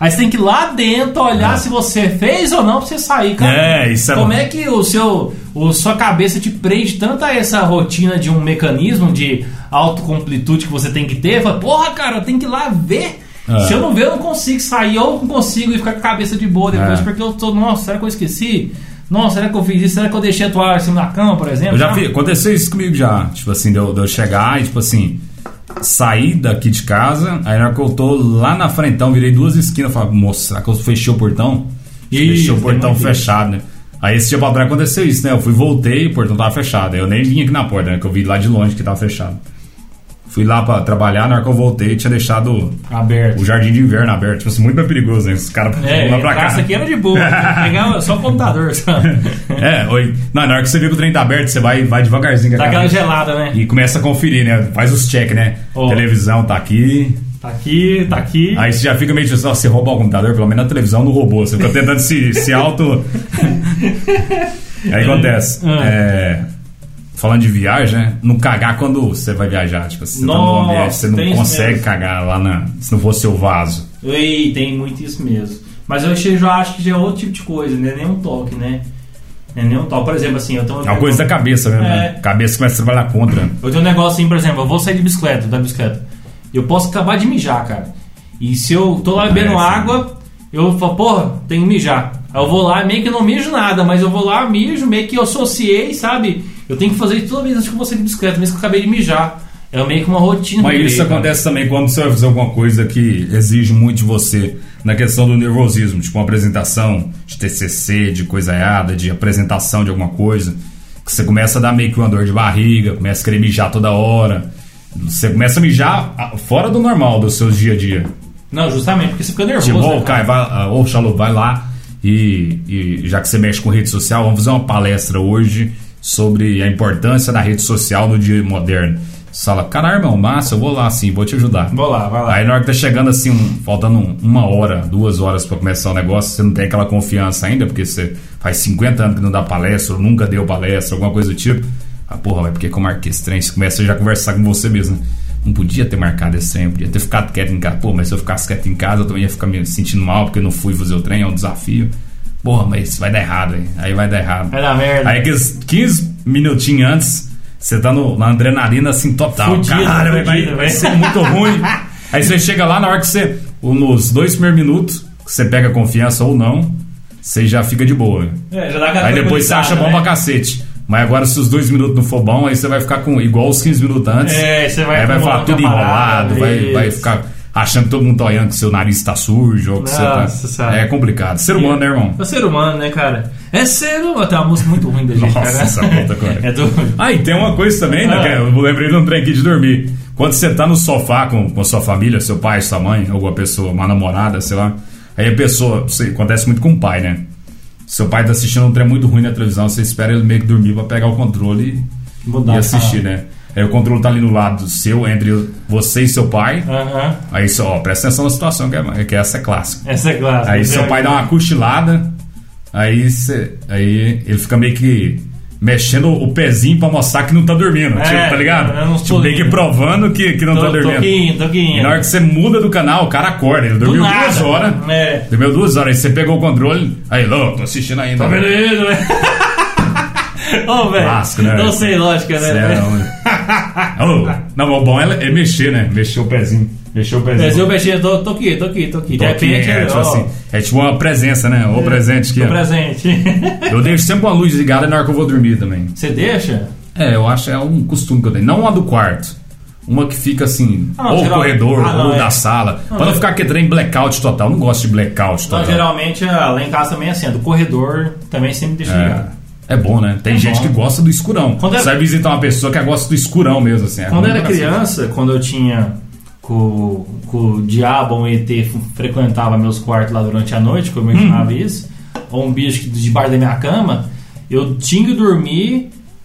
Aí você tem que ir lá dentro olhar é. se você fez ou não pra você sair, cara. É, isso é Como bom. é que o seu, o sua cabeça te prende tanto a essa rotina de um mecanismo de autocompletude que você tem que ter? Fala, porra, cara, eu tenho que ir lá ver. É. Se eu não ver, eu não consigo sair. Ou não consigo e ficar com a cabeça de boa depois, é. porque eu tô, nossa, será que eu esqueci? Nossa, será que eu fiz isso? Será que eu deixei a toalha em cima da cama, por exemplo? Eu já fiz, aconteceu isso comigo já. Tipo assim, de eu, de eu chegar e tipo assim, sair daqui de casa, aí na hora que eu tô lá na frentão, virei duas esquinas e falei, moça, será que eu fechei o portão? Isso, fechei o portão fechado, né? Aí esse dia pra trás aconteceu isso, né? Eu fui, voltei e o portão tava fechado. Aí eu nem vim aqui na porta, né? Que eu vi lá de longe que tava fechado. Fui lá pra trabalhar, na hora que eu voltei, tinha deixado aberto. O jardim de inverno aberto. Tipo assim, muito mais perigoso, né? Os caras é, lá pra cá. Essa aqui era de boa. Pegava só o computador, sabe? É, oi. Não, na hora que você vê que o trem tá aberto, você vai, vai devagarzinho. Tá aquela gelada, né? E começa a conferir, né? Faz os check, né? Oh. Televisão tá aqui. Tá aqui, tá aqui. Aí você já fica meio assim, ó, você rouba o computador, pelo menos a televisão não roubou. Você fica tentando se, se auto... Aí acontece. Ah. É... Falando de viagem, né? Não cagar quando você vai viajar. Tipo, você Nossa, tá num ambiente, você não consegue cagar lá na, se não for seu vaso. Ei, tem muito isso mesmo. Mas eu já acho que já é outro tipo de coisa, não é nem um toque, né? Não é nem um toque. Por exemplo, assim, eu tenho. É uma coisa da cabeça mesmo, é. né? Cabeça começa a trabalhar contra. Eu tenho um negócio assim, por exemplo, eu vou sair de bicicleta, da bicicleta. Eu posso acabar de mijar, cara. E se eu tô lá bebendo é, água, eu falo, porra, tenho que mijar. Aí eu vou lá, meio que não mijo nada, mas eu vou lá, mijo, meio que eu associei, sabe? Eu tenho que fazer isso toda vez antes que eu vou sair de bicicleta, mesmo que eu acabei de mijar. É meio que uma rotina. Mas isso cara. acontece também quando você vai fazer alguma coisa que exige muito de você, na questão do nervosismo, tipo uma apresentação de T C C, de coisa errada, de apresentação de alguma coisa, que você começa a dar meio que uma dor de barriga, começa a querer mijar toda hora. Você começa a mijar fora do normal dos seus dia a dia. Não, justamente porque você fica nervoso. Tipo, né, ô, Caio, vai, ô, Xalu, vai lá e, e já que você mexe com rede social, vamos fazer uma palestra hoje sobre a importância da rede social no dia moderno. Você fala, caralho, irmão, massa, eu vou lá sim, vou te ajudar. Vou lá, vai lá. Aí na hora que tá chegando assim, um, faltando um, uma hora, duas horas pra começar o negócio, você não tem aquela confiança ainda, porque você faz cinquenta anos que não dá palestra, ou nunca deu palestra, alguma coisa do tipo. Ah, porra, mas por que que eu marquei esse trem? Você começa a já conversar com você mesmo. Não podia ter marcado esse trem, podia ter ficado quieto em casa. Pô, mas se eu ficasse quieto em casa, eu também ia ficar me sentindo mal, porque eu não fui fazer o trem, é um desafio. Porra, mas vai dar errado, hein? Aí vai dar errado. Vai dar merda. Aí aqueles quinze minutinhos antes, você tá no, na adrenalina assim total. Fudido, Caralho, fudido, vai, vai ser muito ruim. Aí você chega lá, na hora que você, nos dois primeiros minutos, que você pega confiança ou não, você já fica de boa. É, já dá aí depois você acha bom, né, pra cacete. Mas agora, se os dois minutos não for bom, aí você vai ficar com igual os quinze minutos antes. É, você vai, aí vai falar tudo enrolado, vai, vai ficar achando que todo mundo tá olhando que seu nariz tá sujo, ou que Nossa, você tá... sabe. É complicado. Ser humano, né, irmão? É ser humano, né, cara? É ser humano. Tem uma música muito ruim da gente, Nossa, cara. essa puta, cara. É do... Ah, e tem uma coisa também, né? Ah. Que eu lembrei de um trem aqui de dormir. Quando você tá no sofá com, com a sua família, seu pai, sua mãe, alguma pessoa, uma namorada, sei lá. Aí a pessoa... Isso acontece muito com o pai, né? Seu pai tá assistindo um trem muito ruim na televisão, você espera ele meio que dormir pra pegar o controle e, Mudar, e assistir, né? Aí o controle tá ali no lado seu, entre você e seu pai. Uhum. Aí só, ó, presta atenção na situação, que, é, que essa é clássica. Essa é clássica. Aí seu pai dá uma cochilada, aí, cê, aí ele fica meio que mexendo o pezinho pra mostrar que não tá dormindo, é, tipo, tá ligado? Tipo, meio que provando que, que não tô, tá dormindo. Toquinho, toquinho. E na hora que você muda do canal, o cara acorda. Ele dormiu duas horas. É. Dormiu duas horas. Aí você pegou o controle. Aí, louco, tô assistindo ainda. Tá vendo isso, velho? Ô, velho. Né? Não sei lógica, né? Oh, não, o bom é, é mexer, né? Mexer o pezinho. Mexer o pezinho. Mexer o pezinho, tô, tô aqui, tô aqui, tô aqui. Tô De aqui, repente, é, é, tipo ó, assim, é tipo uma presença, né? O é, presente aqui. O presente. Eu deixo sempre uma luz ligada na hora que eu vou dormir também. Você deixa? É, eu acho que é um costume que eu tenho. Não uma do quarto. Uma que fica assim, ah, não, ou geral... corredor, ah, não, ou é. da sala. Não, pra não é. ficar aquele trem blackout total. Eu não gosto de blackout total. Não, geralmente, lá em casa também é assim, a do corredor também sempre deixa é. ligado. É bom, né? Tem é gente bom. que gosta do escurão. Quando Você era... vai visitar uma pessoa que gosta do escurão mesmo, assim. É quando eu era criança, assim. Quando eu tinha com, com o diabo, um E T frequentava meus quartos lá durante a noite, como eu imaginava hum. isso, ou um bicho debaixo da minha cama, eu tinha que dormir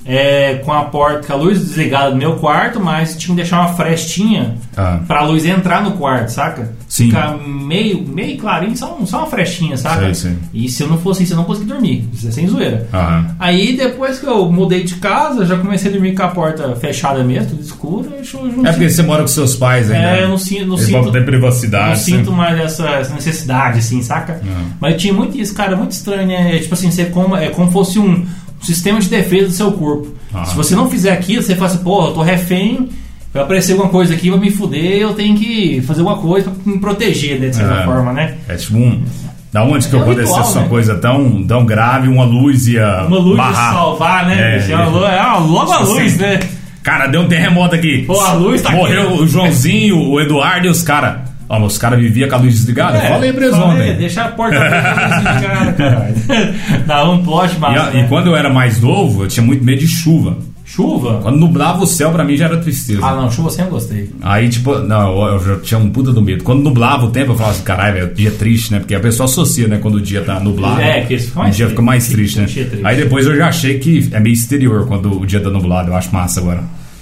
é, com a porta, com a luz desligada no meu quarto, mas tinha que deixar uma frestinha ah. pra luz entrar no quarto, saca? Sim. Ficar meio, meio clarinho, só, só uma frestinha, saca? Sim, sim. E se eu não fosse isso, eu não conseguia dormir. Isso é sem zoeira. Aham. Aí depois que eu mudei de casa, já comecei a dormir com a porta fechada mesmo, tudo escuro. Eu não é porque você mora com seus pais ainda. É, eu não sinto. Não Eles sinto ter privacidade. Não sim. sinto mais essa, essa necessidade, assim, saca? Não. Mas eu tinha muito isso, cara, muito estranho, né? É, tipo assim, você é como, é como fosse um, um sistema de defesa do seu corpo. Ah. Se você não fizer aquilo, você fala assim, pô, eu tô refém, vai aparecer alguma coisa aqui, vai me fuder, eu tenho que fazer alguma coisa pra me proteger, né, de certa é. forma, né? É tipo um. Da onde que é aconteceu ritual, essa né? coisa tão, tão grave, uma luz ia. Uma luz barrar. ia salvar, né? É, é, uma luz, é uma, logo a tipo luz, assim, né? Cara, deu um terremoto aqui. Pô, a luz tá Morreu aqui. o Joãozinho, o Eduardo e os caras. Ó, mas os caras viviam com a luz desligada. É, Falei pra eles falei, ontem. deixa a porta desligada, caralho. Dá um plot mais. E, né? e quando eu era mais novo, eu tinha muito medo de chuva. Chuva? Quando nublava o céu, pra mim já era tristeza. Ah, não, chuva eu sempre gostei. Aí, tipo, não, eu já tinha um puta do medo. Quando nublava o tempo, eu falava assim, caralho, velho, dia triste, né? Porque a pessoa associa, né? Quando o dia tá nublado. É, que isso fica mais o dia triste. fica mais triste, né? Triste. Aí depois eu já achei que é meio exterior quando o dia tá nublado. Eu acho massa agora.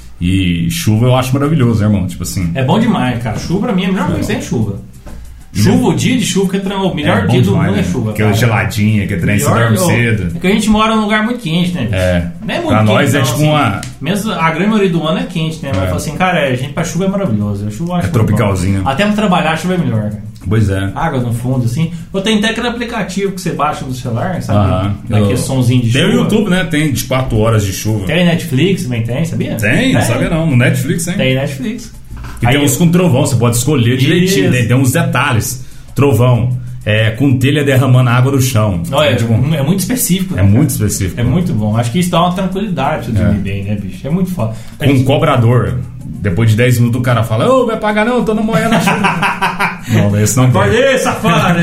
E chuva eu acho maravilhoso, né, irmão? Tipo assim. É bom demais, cara. Chuva pra mim é a melhor coisa que tem chuva. Chuva, o dia de chuva, que é o melhor é dia do demais, mundo né? é chuva. Aquela geladinha, que trem, você Melhor- dorme ô, cedo. É que a gente mora num lugar muito quente, né? bicho? É. Não é muito Pra quente, nós é não, tipo assim. uma. Mesmo a grande maioria do ano é quente, né? Mas É. eu falo assim, cara, a gente pra chuva é maravilhoso. A chuva eu acho É tropicalzinho. bom. Até pra trabalhar, a chuva é melhor, cara. Pois é. Água no fundo, assim. Eu tenho até aquele aplicativo que você baixa no celular, sabe? Aham. Aquele Eu- sonzinho de Tem chuva. o YouTube, né? Tem de quatro horas de chuva. Tem Netflix também, tem, sabia? Tem, não sabia não. No Netflix, hein? Tem Netflix. E tem uns com trovão, você pode escolher direitinho. Isso. Tem, tem uns detalhes. Trovão, é, com telha derramando água no chão. Olha, é, tipo, é muito específico, né, é cara? muito específico. É muito bom. Acho que isso dá uma tranquilidade pra você dormir É. bem, né, bicho? É muito foda. Com um cobrador. Depois de dez minutos o cara fala: Ô, vai pagar não, eu tô na moeda na chuva. Não, esse não tem. Acordei, safado!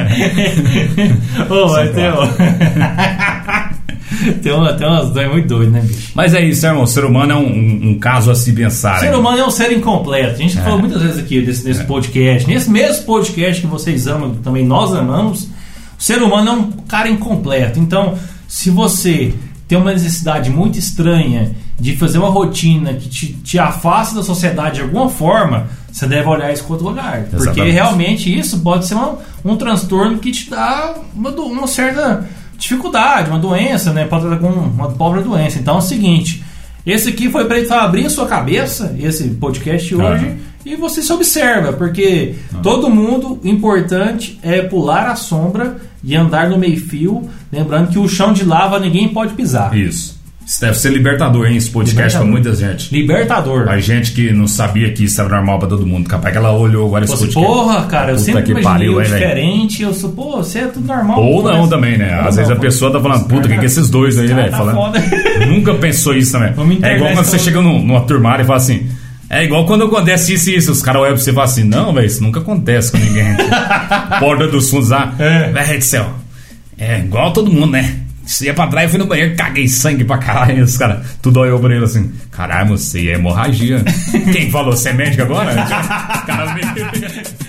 Ô, mas tem, ó. tem, uma, tem umas dois muito doidas, né, bicho? Mas é isso, irmão. O ser humano é um, um, um caso a se pensar. O ser hein? humano é um ser incompleto. A gente É. falou muitas vezes aqui desse, desse podcast. Nesse mesmo podcast que vocês amam, também nós amamos, o ser humano é um cara incompleto. Então, se você tem uma necessidade muito estranha de fazer uma rotina que te, te afasta da sociedade de alguma forma, você deve olhar isso com outro lugar. Porque Exatamente. realmente isso pode ser uma, um transtorno que te dá uma, do- uma certa dificuldade, uma doença, né? Pode ter uma pobre doença. Então é o seguinte, esse aqui foi para ele abrir a sua cabeça, esse podcast hoje, Aham. e você se observa, porque todo mundo, o importante é pular a sombra e andar no meio-fio, lembrando que o chão de lava ninguém pode pisar. Isso. Isso deve ser libertador, hein? Esse podcast pra Libertador. muita gente. Libertador. A gente que não sabia que isso era normal pra todo mundo. Capaz que ela olhou agora esse Você, podcast. porra, cara, eu Puta sempre que imaginei pariu, o hein, velho? diferente. Eu sou, pô, você é tudo normal. Ou pô, não mas- também, né? Ou Às vezes não, a pessoa tá falando, puta, o que, que é esses dois aí, Esse cara velho? tá Falando. foda. Nunca pensou isso também. Vamos É igual internet quando você todo- chega num- numa turmária e fala assim. É igual quando acontece isso e isso. Os caras olham pra você e falam assim: não, velho, isso nunca acontece com ninguém. Porta dos fundos lá. É. Velho do céu. É igual todo mundo, né? Você ia pra trás, fui no banheiro, caguei sangue pra caralho. Os caras, tudo olhou pra ele assim: caralho, você é hemorragia. Quem falou? Você é médico agora? Os caras me-